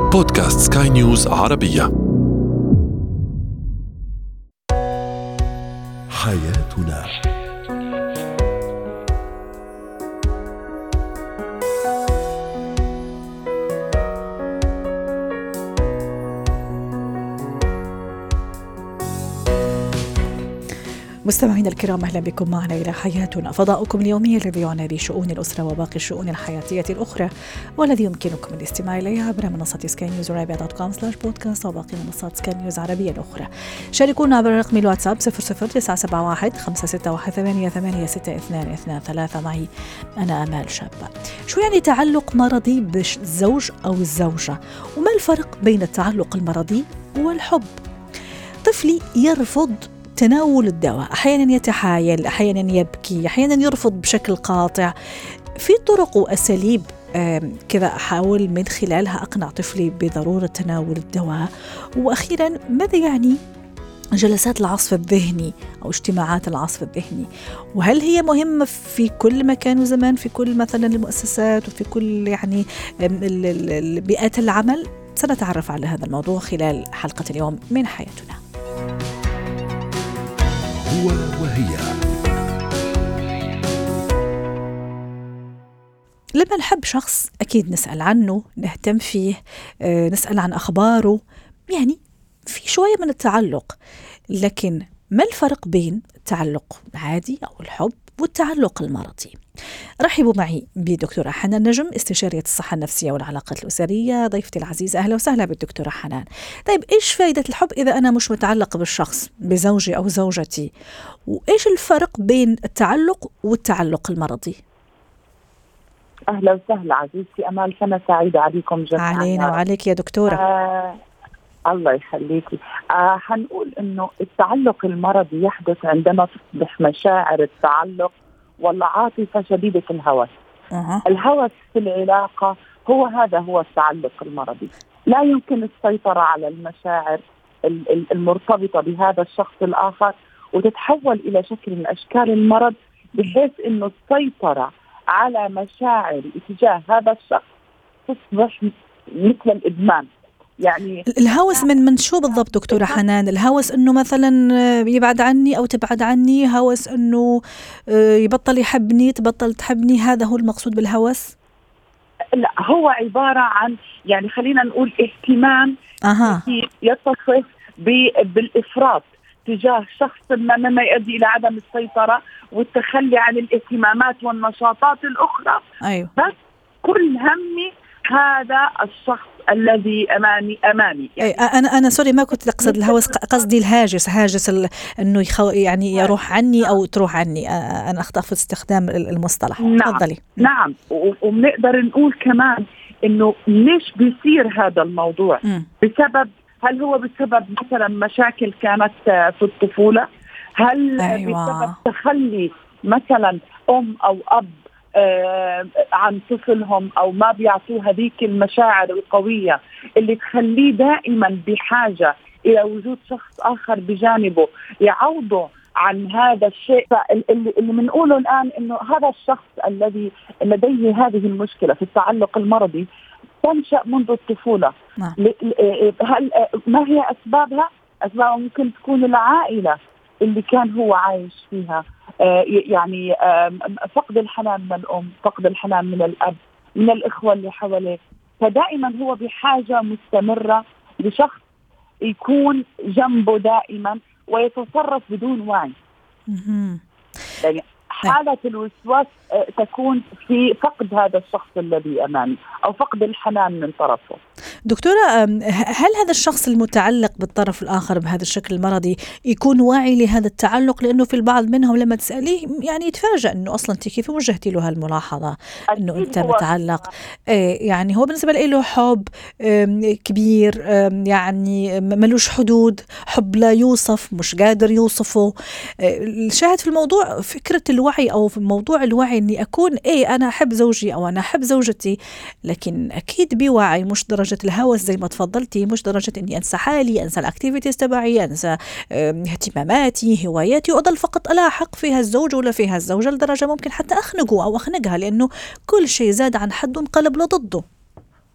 بودكاست سكاي نيوز عربية. حياتنا. مستمعينا الكرام، أهلا بكم معنا إلى حياتنا، فضاؤكم اليومي الذي يعنى بشؤون الأسرة وباقي الشؤون الحياتية الأخرى، والذي يمكنكم الاستماع إليه عبر منصة skynewsarabia.com/podcast وباقي منصات سكاي نيوز عربية الأخرى. شاركونا عبر رقم الواتساب 00971 561 886223. معي أنا آمال شابة. شو يعني تعلق مرضي بالزوج أو الزوجة؟ وما الفرق بين التعلق المرضي والحب؟ طفلي يرفض تناول الدواء، أحيانا يتحايل، أحيانا يبكي، أحيانا يرفض بشكل قاطع. في طرق وأساليب كذا أحاول من خلالها أقنع طفلي بضرورة تناول الدواء. وأخيرا، ماذا يعني جلسات العصف الذهني أو اجتماعات العصف الذهني؟ وهل هي مهمة في كل مكان وزمان، في كل مثلا المؤسسات وفي كل يعني بيئات العمل؟ سنتعرف على هذا الموضوع خلال حلقة اليوم من حياتنا. هو وهي. لما نحب شخص أكيد نسأل عنه، نهتم فيه، نسأل عن أخباره، يعني في شوية من التعلق. لكن ما الفرق بين التعلق العادي أو الحب والتعلق المرضي؟ رحبوا معي بدكتورة حنان نجم، استشارية الصحة النفسية والعلاقات الأسرية، ضيفتي العزيزة. أهلا وسهلا بالدكتورة حنان. طيب، إيش فائدة الحب إذا أنا مش متعلق بالشخص، بزوجي أو زوجتي؟ وإيش الفرق بين التعلق والتعلق المرضي؟ أهلا وسهلا عزيزتي آمال، سنة سعيدة عليكم جميعا. علينا وعليك يا دكتورة. الله يخليكي. هنقول إنه التعلق المرضي يحدث عندما تصبح مشاعر التعلق والعاطفة شديدة الهوس. الهوس في العلاقة هو التعلق المرضي. لا يمكن السيطرة على المشاعر المرتبطة بهذا الشخص الآخر وتتحول إلى شكل من أشكال المرض، بحيث إنه السيطرة على مشاعر اتجاه هذا الشخص تصبح مثل الإدمان. يعني الهوس من شو بالضبط دكتورة حنان؟ الهوس انه مثلا يبعد عني او تبعد عني، هوس انه يبطل يحبني، تبطل تحبني، هذا هو المقصود بالهوس؟ لا، هو عبارة عن يعني خلينا نقول اهتمام يتصف بالإفراط تجاه شخص ما يؤدي إلى عدم السيطرة والتخلي عن الاهتمامات والنشاطات الأخرى. أيوة. بس كل همي هذا الشخص الذي أمامي يعني. أنا سوري، ما كنت أقصد الهوس، قصدي هاجس إنه يعني يروح عني أو تروح عني. أنا أخطأ في استخدام المصطلح. تفضلي. نعم. وبنقدر نقول كمان إنه ليش بيصير هذا الموضوع؟ هل هو بسبب مثلا مشاكل كانت في الطفولة؟ هل أيوة. بسبب تخلي مثلا أم أو أب عن طفلهم، أو ما بيعطوه هذيك المشاعر القوية اللي تخليه دائما بحاجة إلى وجود شخص آخر بجانبه يعوضه عن هذا الشيء؟ اللي بنقوله الآن إنه هذا الشخص الذي لديه هذه المشكلة في التعلق المرضي تنشأ منذ الطفولة. هل ما هي أسبابها ممكن تكون العائلة اللي كان هو عايش فيها، يعني فقد الحنان من الأم، فقد الحنان من الأب، من الإخوة اللي حواليه. فدائما هو بحاجة مستمرة لشخص يكون جنبه دائما ويتصرف بدون وعي. يعني حالة الوسواس تكون في فقد هذا الشخص الذي أمامي أو فقد الحنان من طرفه. دكتورة، هل هذا الشخص المتعلق بالطرف الآخر بهذا الشكل المرضي يكون واعي لهذا التعلق؟ لأنه في البعض منهم لما تسأليه يعني يتفاجأ أنه أصلا أنت كيف وجهتي له هالملاحظة أنه أنت متعلق. يعني هو بالنسبة له حب كبير، يعني ملوش حدود، حب لا يوصف، مش قادر يوصفه. الشاهد في الموضوع فكرة الوعي، أو في موضوع الوعي أني أكون أنا أحب زوجي أو أنا أحب زوجتي، لكن أكيد بوعي، مش درجة الهوس زي ما تفضلتي، مش درجة أني أنسى حالي، أنسى الأكتيفيتيز تبعي، أنسى اهتماماتي، هواياتي، وأضل فقط ألاحق فيها الزوج ولا فيها الزوجة لدرجة ممكن حتى أخنقه أو أخنقها، لأنه كل شيء زاد عن حد انقلب لضده.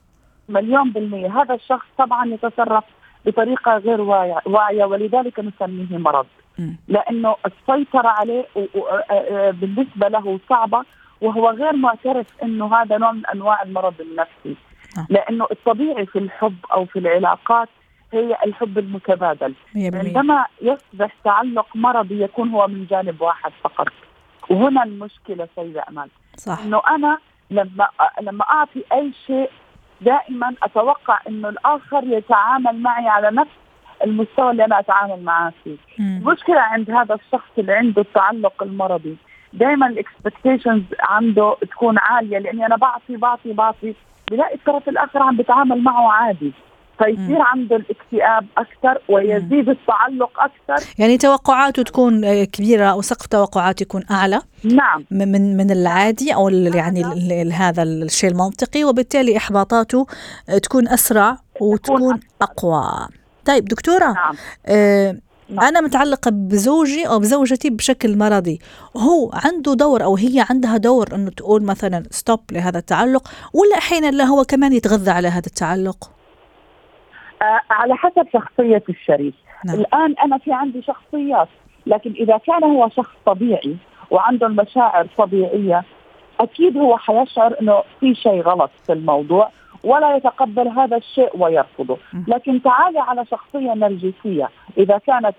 1,000,000 هذا الشخص طبعا يتصرف بطريقة غير واعية، ولذلك نسميه مرض، لأنه السيطرة عليه بالنسبة له صعبة، وهو غير معترف أنه هذا نوع من أنواع المرض النفسي. لأنه الطبيعي في الحب أو في العلاقات هي الحب المتبادل. عندما يصبح تعلق مرضي يكون هو من جانب واحد فقط، وهنا المشكلة سيدة أمال. صح. إنه أنا لما أعطي أي شيء دائما أتوقع إنه الآخر يتعامل معي على نفس المستوى اللي أنا أتعامل معاه فيه. المشكلة عند هذا الشخص اللي عنده التعلق المرضي دائما الإكسبكتيشنز عنده تكون عالية، لأني أنا بعطي بلاقي الطرف الآخر عم بتعامل معه عادي، فيصير عنده الاكتئاب أكثر ويزيد التعلق أكثر. يعني توقعاته تكون كبيرة أو سقف توقعاته يكون أعلى. نعم. من العادي أو يعني هذا الشيء المنطقي، وبالتالي إحباطاته تكون أسرع وتكون أقوى. طيب دكتورة، نعم. أنا متعلقة بزوجي أو بزوجتي بشكل مرضي، هو عنده دور أو هي عندها دور أنه تقول مثلا ستوب لهذا التعلق، ولا أحيانا لا هو كمان يتغذى على هذا التعلق؟ على حسب شخصية الشريك. نعم. الآن أنا في عندي شخصيات، لكن إذا كان هو شخص طبيعي وعنده المشاعر طبيعية أكيد هو حيشعر أنه في شيء غلط في الموضوع ولا يتقبل هذا الشيء ويرفضه. لكن تعالي على شخصية نرجسية، إذا كانت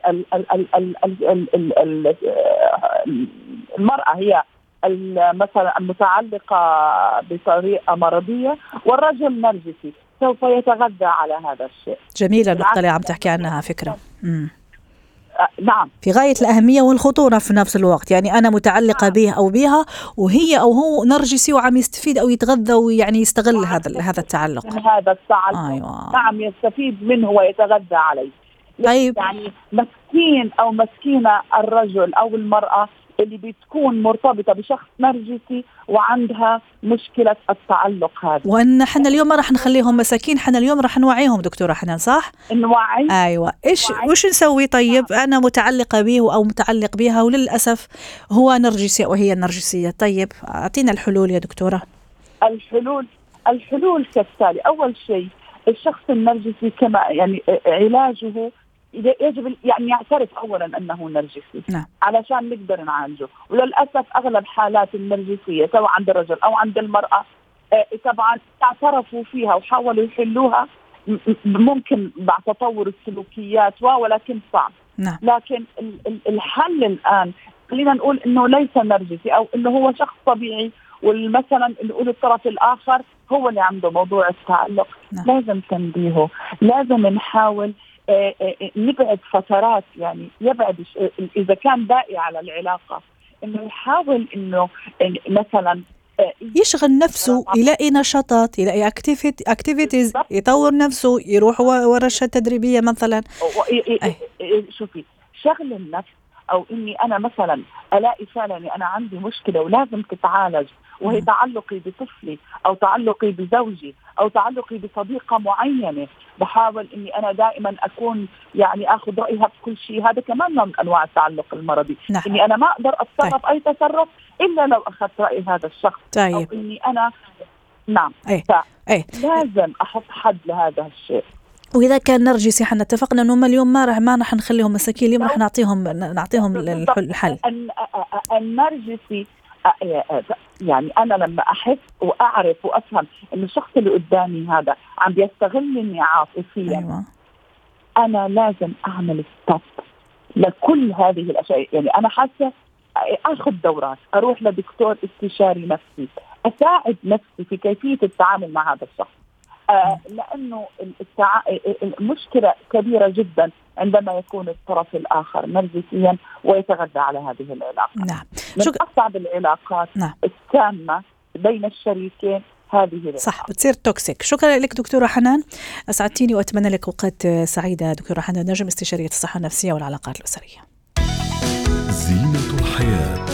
المرأة هي مثلا المتعلقة بطريقة مرضية والرجل نرجسي، سوف يتغذى على هذا الشيء. جميلة النقطة اللي عم تحكي عنها، فكرة. نعم، في غاية الأهمية والخطورة في نفس الوقت. يعني أنا متعلقة به أو بها، وهي أو هو نرجسي وعم يستفيد أو يتغذى ويعني يستغل هذا التعلق. هذا التعلق. أيوة. نعم، يستفيد منه ويتغذى عليه. طيب. يعني مسكين أو مسكينة الرجل أو المرأة اللي بتكون مرتبطة بشخص نرجسي وعندها مشكلة التعلق هذا. وأن حنا اليوم ما رح نخليهم مساكين، حنا اليوم رح نوعيهم دكتورة حنان، صح؟ نوعي. أيوة. وش نسوي طيب؟ أنا متعلقة به أو متعلق بها وللأسف هو نرجسي أو هي نرجسية. طيب أعطينا الحلول يا دكتورة. الحلول كالتالي. أول شيء الشخص النرجسي كما يعني علاجه يجب يعني يعترف أولا أنه نرجسي. نعم. علشان نقدر نعالجه. وللأسف أغلب حالات النرجسية سواء عند الرجل أو عند المرأة طبعا اعترفوا فيها وحاولوا يحلوها، ممكن بعد تطور السلوكيات ولكن صعب. نعم. لكن الحل الآن خلينا نقول أنه ليس نرجسي أو أنه هو شخص طبيعي، والمثلا نقول الطرف الآخر هو اللي عنده موضوع التعلق. نعم. لازم تنبيهه، لازم نحاول نبعد فترات، يعني يبعد إذا كان باقي على العلاقة إنه يحاول إنه مثلا يشغل نفسه، يلاقي نشاطات، يلاقي activities، يطور نفسه، يروح ورشة تدريبية مثلا. شوفي، شغل النفس أو إني أنا مثلا ألاقي فعلا أنا عندي مشكلة ولازم تتعالج، وهي تعلقي بطفلي أو تعلقي بزوجي أو تعلقي بصديقة معينة، بحاول إني أنا دائما أكون يعني أخذ رأيها بكل شيء. هذا كمان نوع من أنواع التعلق المرضي. نعم. إني أنا ما أقدر أتصرف طيب. أي تصرف إلا لو أخذت رأي هذا الشخص. طيب. أو إني أنا نعم لازم أحط حد لهذا الشيء. وإذا كان نرجسي حنا اتفقنا إنه اليوم ما رح نخليهم مساكين، اليوم رح نعطيهم الحل. النرجسي يعني أنا لما أحس وأعرف وأفهم إن الشخص اللي قدامي هذا عم بيستغلني عاطفيا. أيوة. أنا لازم أعمل ستوب لكل هذه الأشياء. يعني أنا حاسة أخذ دورات، أروح لدكتور استشاري نفسي، أساعد نفسي في كيفية التعامل مع هذا الشخص. لأنه المشكلة كبيرة جدا عندما يكون الطرف الآخر نرجسيا ويتغذى على هذه العلاقة. نعم. من أصعب العلاقات. نعم. السامة بين الشريكين هذه العلاقة. صح، بتصير توكسيك. شكرا لك دكتورة حنان، أسعدتيني وأتمنى لك أوقات سعيدة. دكتورة حنان نجم، استشارية الصحة النفسية والعلاقات الأسرية. زينة الحياة.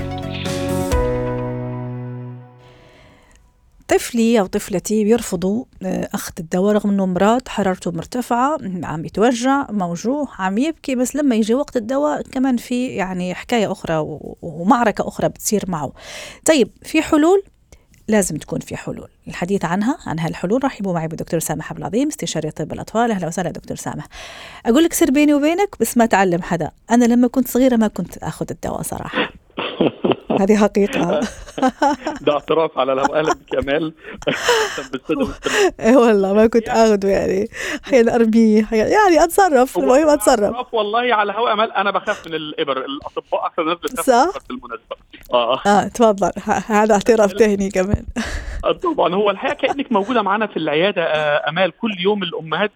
طفلي أو طفلتي بيرفضوا أخذ الدواء رغم أنه مرض، حرارته مرتفعة، عم يتوجع، موجوع، عم يبكي، بس لما يجي وقت الدواء كمان في يعني حكاية أخرى ومعركة أخرى بتصير معه. طيب في حلول لازم تكون في حلول. الحديث عن هالحلول رحبوا معي بالدكتور سامح عبد العظيم، استشاري طب الأطفال. أهلا وسهلا دكتور سامح. أقول لك سر بيني وبينك بس ما تعلم حدا، أنا لما كنت صغيرة ما كنت أخذ الدواء صراحة. هذه حقيقة. ده اعتراف على الهواء. أهلا بك يا أمال. والله ما كنت أخذه، يعني أحيانا أرميه، يعني أتصرف، المهم أتصرف. والله على هواء أمال، أنا بخاف من الإبر. الأطباء أكثر ناس بتخاف من الإبر بالمناسبة. تفضل، هذا اعتراف تهني كمان. طبعا هو الحقيقة كأنك موجودة معنا في العيادة أمال. كل يوم الأمهات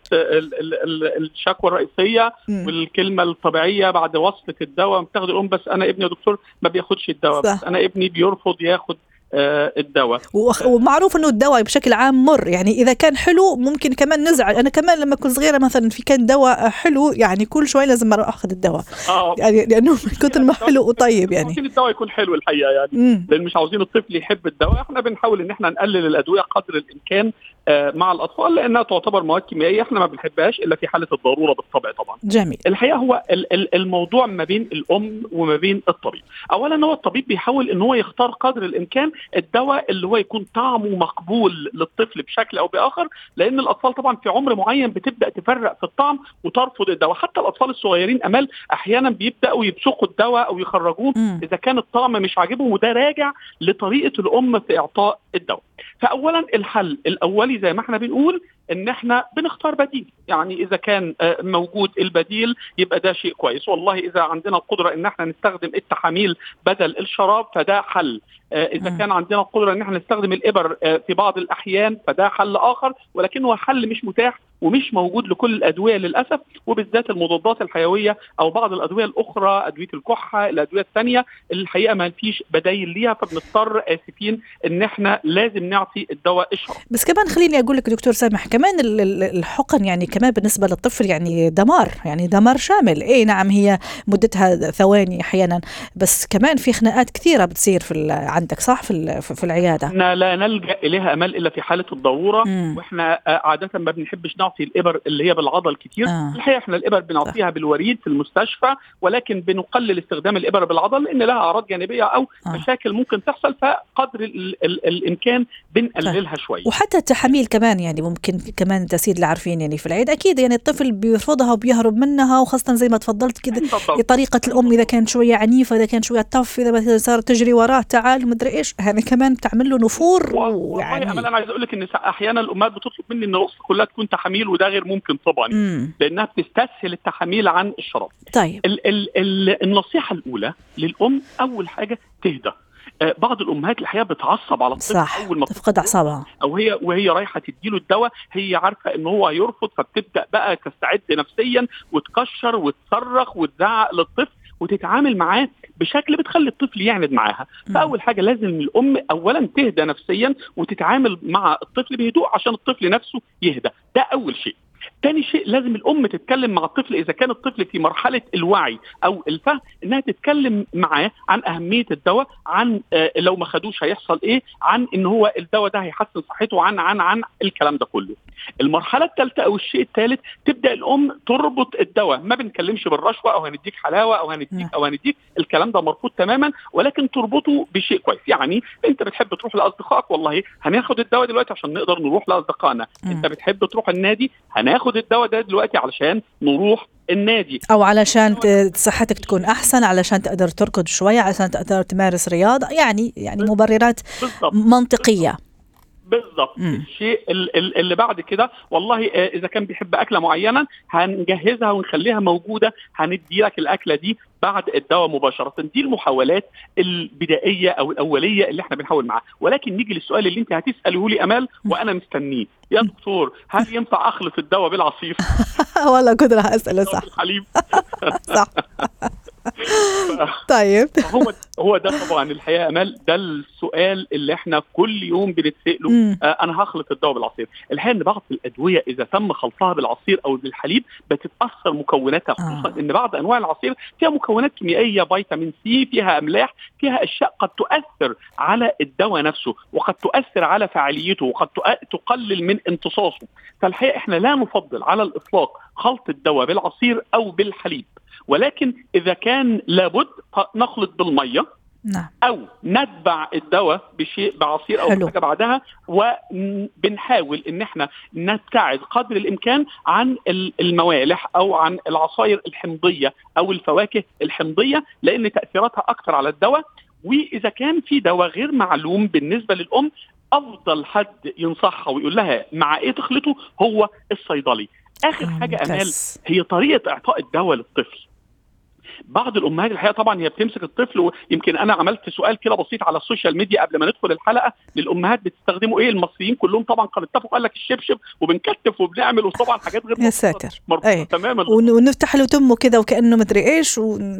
الشكوى الرئيسية والكلمة الطبيعية بعد وصفة الدواء بتاخد الأم، بس أنا ابني يا دكتور ما بياخدش الدواء، بس أنا ابني بيرفض ياخد الدواء. ومعروف انه الدواء بشكل عام مر، يعني اذا كان حلو ممكن كمان نزعل. انا كمان لما كنت صغيره مثلا في كان دواء حلو يعني كل شوي لازم اروح اخذ الدواء، يعني لانه من كثر ما حلو وطيب. يعني ممكن الدواء يكون حلو الحقيقه، يعني لان مش عاوزين الطفل يحب الدواء. احنا بنحاول ان احنا نقلل الادويه قدر الامكان مع الاطفال، لانها تعتبر مواد كيميائيه احنا ما بنحبهاش الا في حاله الضروره بالطبع. طبعا جميل. الحقيقه هو الموضوع ما بين الام وما بين الطبيب. اولا هو الطبيب بيحاول ان هو يختار قدر الامكان الدواء اللي هو يكون طعمه مقبول للطفل بشكل او باخر، لان الاطفال طبعا في عمر معين بتبدا تفرق في الطعم وترفض الدواء. حتى الاطفال الصغيرين امال احيانا بيبداوا يبصقوا الدواء او يخرجوه اذا كان الطعم مش عاجبهم، وده راجع لطريقه الام في اعطاء الدواء. فاولا الحل الاولي زي ما احنا بنقول ان احنا بنختار بديل. يعني اذا كان موجود البديل يبقى ده شيء كويس. والله اذا عندنا القدره ان احنا نستخدم التحاميل بدل الشراب فده حل. اذا كان عندنا القدره ان احنا نستخدم الابر في بعض الاحيان فده حل اخر، ولكنه حل مش متاح ومش موجود لكل الادويه للاسف، وبالذات المضادات الحيويه او بعض الادويه الاخرى، ادويه الكحه، الادويه الثانيه الحقيقه ما فيش بدايل ليها، فبنضطر اسفين ان احنا لازم نعطي الدواء الشراب. بس كمان خليني اقول لك دكتور سامح، كمان الحقن يعني كمان بالنسبه للطفل يعني دمار، يعني دمار شامل. اي نعم هي مدتها ثواني احيانا، بس كمان في خناقات كثيره بتصير عندك صح في العياده. احنا لا نلجا اليها امال الا في حاله الضروره. واحنا عاده ما بنحبش نعطي الابر اللي هي بالعضل كتير. الحقيقه احنا الابر بنعطيها بالوريد في المستشفى، ولكن بنقلل استخدام الابر بالعضل لان لها اعراض جانبيه او مشاكل ممكن تحصل، فقدر الامكان بنقللها شويه. وحتى التحاميل كمان يعني ممكن كمان تسيد العارفين يعني في العيد اكيد يعني الطفل بيرفضها وبيهرب منها، وخاصه زي ما تفضلت كده طريقه الام اذا كانت شويه عنيفه، اذا كان شويه طف، اذا صار تجري وراه تعال مدري ايش، يعني كمان بتعمل له نفور. يعني انا عايز اقول لك ان احيانا الامهات بتطلب مني ان القصه كلها تكون تحاميل، وده غير ممكن طبعا لانها بتستسهل التحاميل عن الشراب. طيب النصيحه الاولى للام اول حاجه تهدى. بعض الامهات الحقيقه بتعصب على الطفل اول ما تفقد اعصابها، او وهي رايحه تديله الدواء هي عارفه ان هو هيرفض، فبتبدا بقى تستعد نفسيا وتكشر وتصرخ وتزعق للطفل وتتعامل معاه بشكل بتخلي الطفل يعند معاها. فاول حاجه لازم الام اولا تهدى نفسيا وتتعامل مع الطفل بهدوء عشان الطفل نفسه يهدى، ده اول شيء. تاني شيء لازم الام تتكلم مع الطفل اذا كان الطفل في مرحله الوعي او الفهم، انها تتكلم معاه عن اهميه الدواء، عن لو ما خدوش هيحصل ايه، عن ان هو الدواء ده هيحسن صحته، عن الكلام ده كله. المرحله الثالثه او الشيء الثالث تبدا الام تربط الدواء. ما بنكلمش بالرشوه او هنديك حلاوه او هنديك الكلام ده مرفوض تماما، ولكن تربطه بشيء كويس. يعني انت بتحب تروح لاصدقائك، والله هناخد الدواء دلوقتي عشان نقدر نروح لاصدقائنا. انت بتحب تروح النادي، هناخد الدواء ده دلوقتي علشان نروح النادي، او علشان صحتك تكون احسن، علشان تقدر تركض شويه، علشان تقدر تمارس رياضه، يعني مبررات منطقيه. بالضبط. الشيء اللي بعد كده والله اذا كان بيحب اكله معينه هنجهزها ونخليها موجوده، هندي لك الاكله دي بعد الدواء مباشره. دي المحاولات البدائيه او الاوليه اللي احنا بنحاول معاها. ولكن نيجي للسؤال اللي انت هتساله لي امال وانا مستنيه، يا دكتور هل ينفع اخلط الدواء بالعصير؟ والله كنت راح اساله. صح الحليب صح. طيب هو ده طبعا الحقيقه امال، ده السؤال اللي احنا كل يوم بنتساله. انا هخلط الدواء بالعصير. الحقيقه ان بعض الادويه اذا تم خلطها بالعصير او بالحليب بتتاثر مكوناتها، خصوصا ان بعض انواع العصير فيها مكونات كيميائيه، فيتامين سي، فيها املاح، فيها اشياء قد تؤثر على الدواء نفسه وقد تؤثر على فعاليته وقد تقلل من امتصاصه. فالحقيقه احنا لا نفضل على الاطلاق خلط الدواء بالعصير او بالحليب، ولكن إذا كان لابد نخلط بالمية نعم. او نتبع الدواء بشيء بعصير او حاجه بعدها، وبنحاول ان احنا نبتعد قدر الامكان عن الموالح او عن العصائر الحمضيه او الفواكه الحمضيه، لان تاثيراتها اكثر على الدواء. واذا كان في دواء غير معلوم بالنسبه للام، افضل حد ينصحها ويقول لها مع ايه تخلطه هو الصيدلي. اخر حاجه امال هي طريقه اعطاء الدواء للطفل. بعض الامهات الحقيقه طبعا هي بتمسك الطفل، ويمكن انا عملت سؤال كده بسيط على السوشيال ميديا قبل ما ندخل الحلقه للامهات بتستخدموا ايه. المصريين كلهم طبعا كانوا اتفقوا قال لك الشبشب وبنكتف وبنعمل، وطبعا حاجات غير يا ساتر تماما، ونفتح له تمه كده وكانه مدري ايش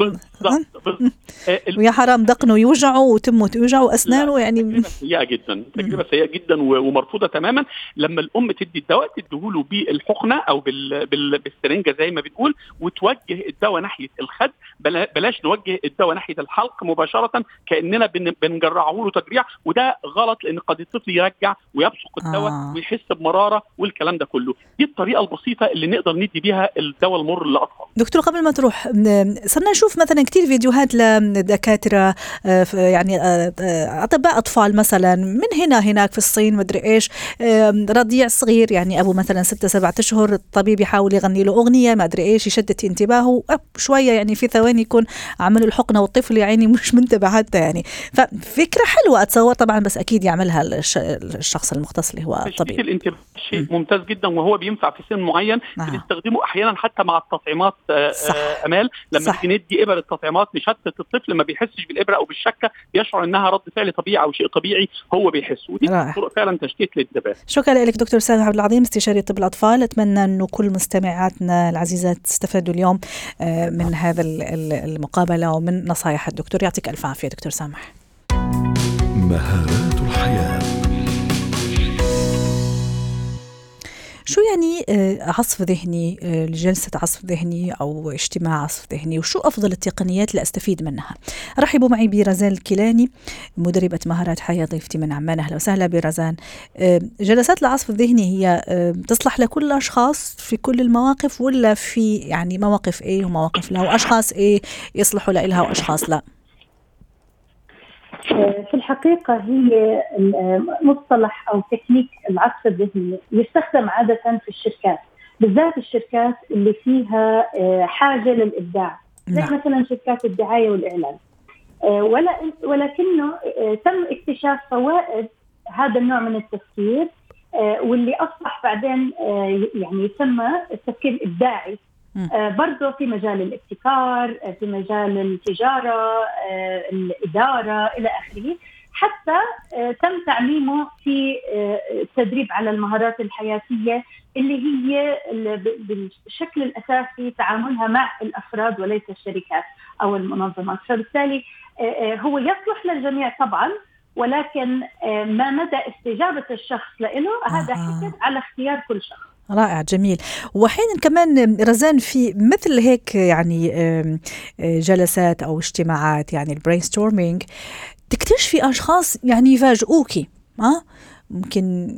ويا حرام دقنه يوجعه وتمه توجعه واسنانه. يعني تجربه سيئه جدا ومرفوضه تماما. لما الام تدي الدواء تديهوله بالحقنه او بالسرنجه زي ما بنقول، وتوجه الدواء ناحيه الخد، بلاش نوجه الدواء ناحيه الحلق مباشره كاننا بنجرعه له تجريع، وده غلط لان قد الطفل يرجع ويبصق الدواء ويحس بمراره والكلام ده كله. دي الطريقه البسيطه اللي نقدر ندي بيها الدواء المر للاطفال. دكتور قبل ما تروح، صرنا نشوف مثلا كتير فيديوهات لدكاتره يعني اطباء اطفال مثلا من هناك في الصين مدري ايش، رضيع صغير يعني ابو مثلا 6-7 اشهر، الطبيب يحاول يغني له اغنيه ما ادري ايش يشتت انتباهه شويه، يعني في ثواني يكون عمل الحقنه والطفل يعني مش منتبه حتى. يعني ففكره حلوه اتصور طبعا، بس اكيد يعملها الشخص المختص اللي هو الطبيب. الانتباه شيء ممتاز جدا، وهو بينفع في سن معين. بنستخدمه احيانا حتى مع التطعيمات. امال لما نيجي ندي ابر التطعيمات نشتت الطفل، ما بيحسش بالابره او بالشكه، يشعر انها رد فعل طبيعي او شيء طبيعي هو بيحس، ودي طرق فعلا تشتيت الانتباه. شكرا لك دكتور سامح عبد العظيم، استشاري طب الاطفال. اتمنى انه كل مستمعاتنا العزيزات استفادوا اليوم من هذا المقابله ومن نصائح الدكتور. يعطيك الف عافيه دكتور سامح. مهارات الحياه. شو يعني عصف ذهني، لجلسة عصف ذهني أو اجتماع عصف ذهني، وشو أفضل التقنيات اللي أستفيد منها؟ رحبوا معي برزان الكيلاني مدربة مهارات حياة ضيفتي من عمان. أهلا وسهلا برزان. جلسات العصف الذهني هي تصلح لكل الأشخاص في كل المواقف، ولا في يعني مواقف إيه ومواقف لا، وأشخاص إيه يصلحوا لها وأشخاص لا؟ في الحقيقة هي مصطلح أو تكنيك العصف الذهني يستخدم عادة في الشركات، بالذات الشركات اللي فيها حاجة للإبداع، زي مثلا شركات الدعاية والإعلان. ولكنه تم اكتشاف فوائد هذا النوع من التفكير، واللي أصبح بعدين يعني يسمى التفكير الإبداعي. برضو في مجال الابتكار، في مجال التجارة، الإدارة إلى آخره. حتى تم تعميمه في التدريب على المهارات الحياتية اللي هي بالشكل الأساسي تعاملها مع الأفراد وليس الشركات أو المنظمات. فبالتالي هو يصلح للجميع طبعا، ولكن ما مدى استجابة الشخص له هذا حسب على اختيار كل شخص. رائع، جميل. وحين كمان رزان في مثل هيك يعني جلسات أو اجتماعات، يعني البرين ستورمينج، تكتشفي أشخاص يعني يفاجئوكي. ممكن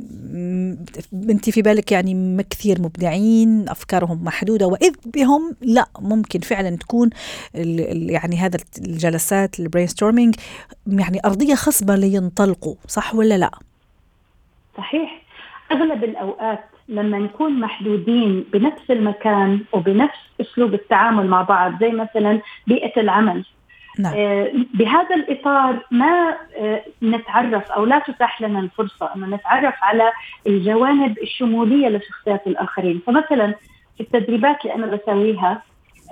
انت في بالك يعني ما كثير مبدعين، أفكارهم محدودة، وإذ بهم لا، ممكن فعلا تكون يعني هذا الجلسات البرين ستورمينج يعني أرضية خصبة لينطلقوا، صح ولا لا؟ صحيح. أغلب الأوقات لما نكون محدودين بنفس المكان وبنفس أسلوب التعامل مع بعض، زي مثلا بيئة العمل، نعم. بهذا الإطار ما نتعرف أو لا تتاح لنا الفرصة أن نتعرف على الجوانب الشمولية لشخصيات الآخرين. فمثلا في التدريبات اللي أنا بسويها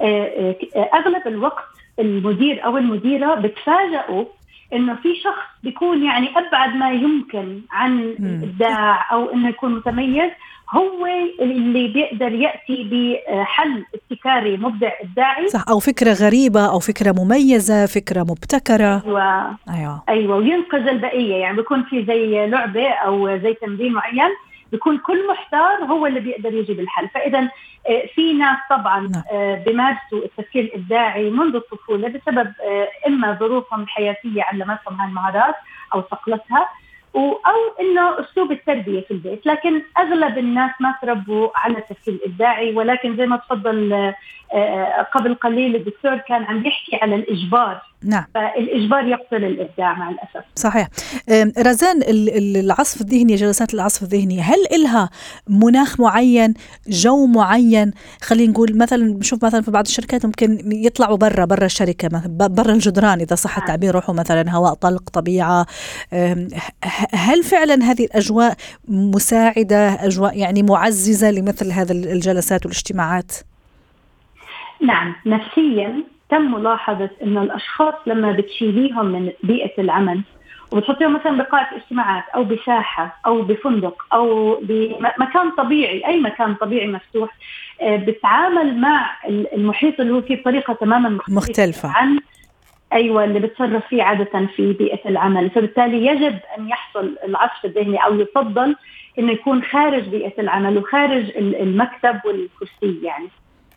أغلب الوقت المدير أو المديرة بتفاجئوا إنه في شخص بيكون يعني أبعد ما يمكن عن الإبداع أو إنه يكون متميز، هو اللي بيقدر يأتي بحل ابتكاري مبدع إبداعي، صح، أو فكرة غريبة أو فكرة مميزة، فكرة مبتكرة. أيوة. وينقذ البقية، يعني بيكون في زي لعبة أو زي تمرين معين، بيكون كل محتار هو اللي بيقدر يجيب الحل. فإذا في ناس طبعا بيمارسوا التفكير الإبداعي منذ الطفولة بسبب إما ظروفهم الحياتية علمتهم هالمهارات أو صقلتها، أو إنه أسلوب التربية في البيت. لكن أغلب الناس ما تربوا على التفكير الإبداعي، ولكن زي ما تفضل قبل قليل الدكتور كان عم يحكي على الإجبار. نعم. فالإجبار يقتل الإبداع مع الأسف. صحيح. رزان، العصف الذهني، جلسات العصف الذهني، هل إلها مناخ معين، جو معين؟ خلينا نقول مثلا بشوف مثلا في بعض الشركات ممكن يطلعوا برا الشركة، برا الجدران إذا صح التعبير، يروحوا مثلا هواء طلق، طبيعة. هل فعلا هذه الأجواء مساعدة، أجواء يعني معززة لمثل هذا الجلسات والاجتماعات؟ نعم، نفسيا تم ملاحظة أن الأشخاص لما بتشيليهم من بيئة العمل وبتحطيهم مثلا بقاعة اجتماعات أو بساحة أو بفندق أو بمكان طبيعي، أي مكان طبيعي مفتوح، بتعامل مع المحيط اللي هو فيه بطريقة تماما مختلفة عن اللي بتصرف فيه عادة في بيئة العمل. فبالتالي يجب أن يحصل العصف الذهني، أو يفضل أنه يكون خارج بيئة العمل وخارج المكتب والكرسي يعني.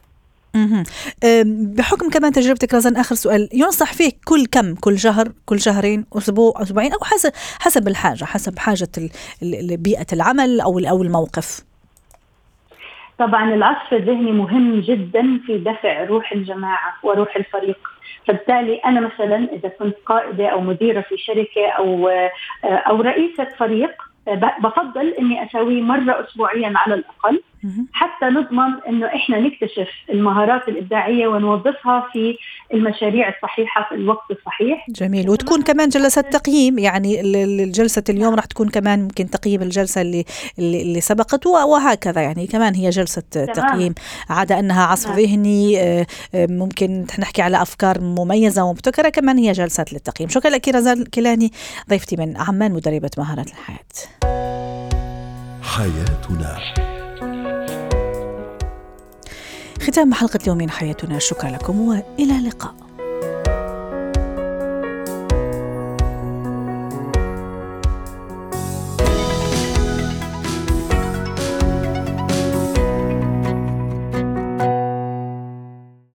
بحكم كمان تجربتك رزان، آخر سؤال، ينصح فيه كل شهر، كل شهرين، أسبوع، أسبوعين، أو حسب الحاجة، حسب حاجة بيئة العمل أو الموقف؟ طبعا العصف الذهني مهم جدا في دفع روح الجماعة وروح الفريق. فبالتالي أنا مثلا إذا كنت قائدة أو مديرة في شركة أو رئيسة فريق، بفضل إني أسويه مرة أسبوعيا على الأقل، حتى نضمن إنه إحنا نكتشف المهارات الإبداعية ونوظفها في المشاريع الصحيحة في الوقت الصحيح. جميل. وتكون كمان جلسة تقييم، يعني الجلسة اليوم راح تكون كمان ممكن تقييم الجلسة اللي سبقت، وهكذا يعني كمان هي جلسة تقييم. عادة أنها عصف ذهني، ممكن نحكي على أفكار مميزة ومبتكرة، كمان هي جلسات للتقييم. شكرا لك رزان كيلاني، ضيفتي من عمان، مدربة مهارات الحياة. حياتنا. ختام حلقة اليوم من حياتنا. شكرا لكم وإلى اللقاء.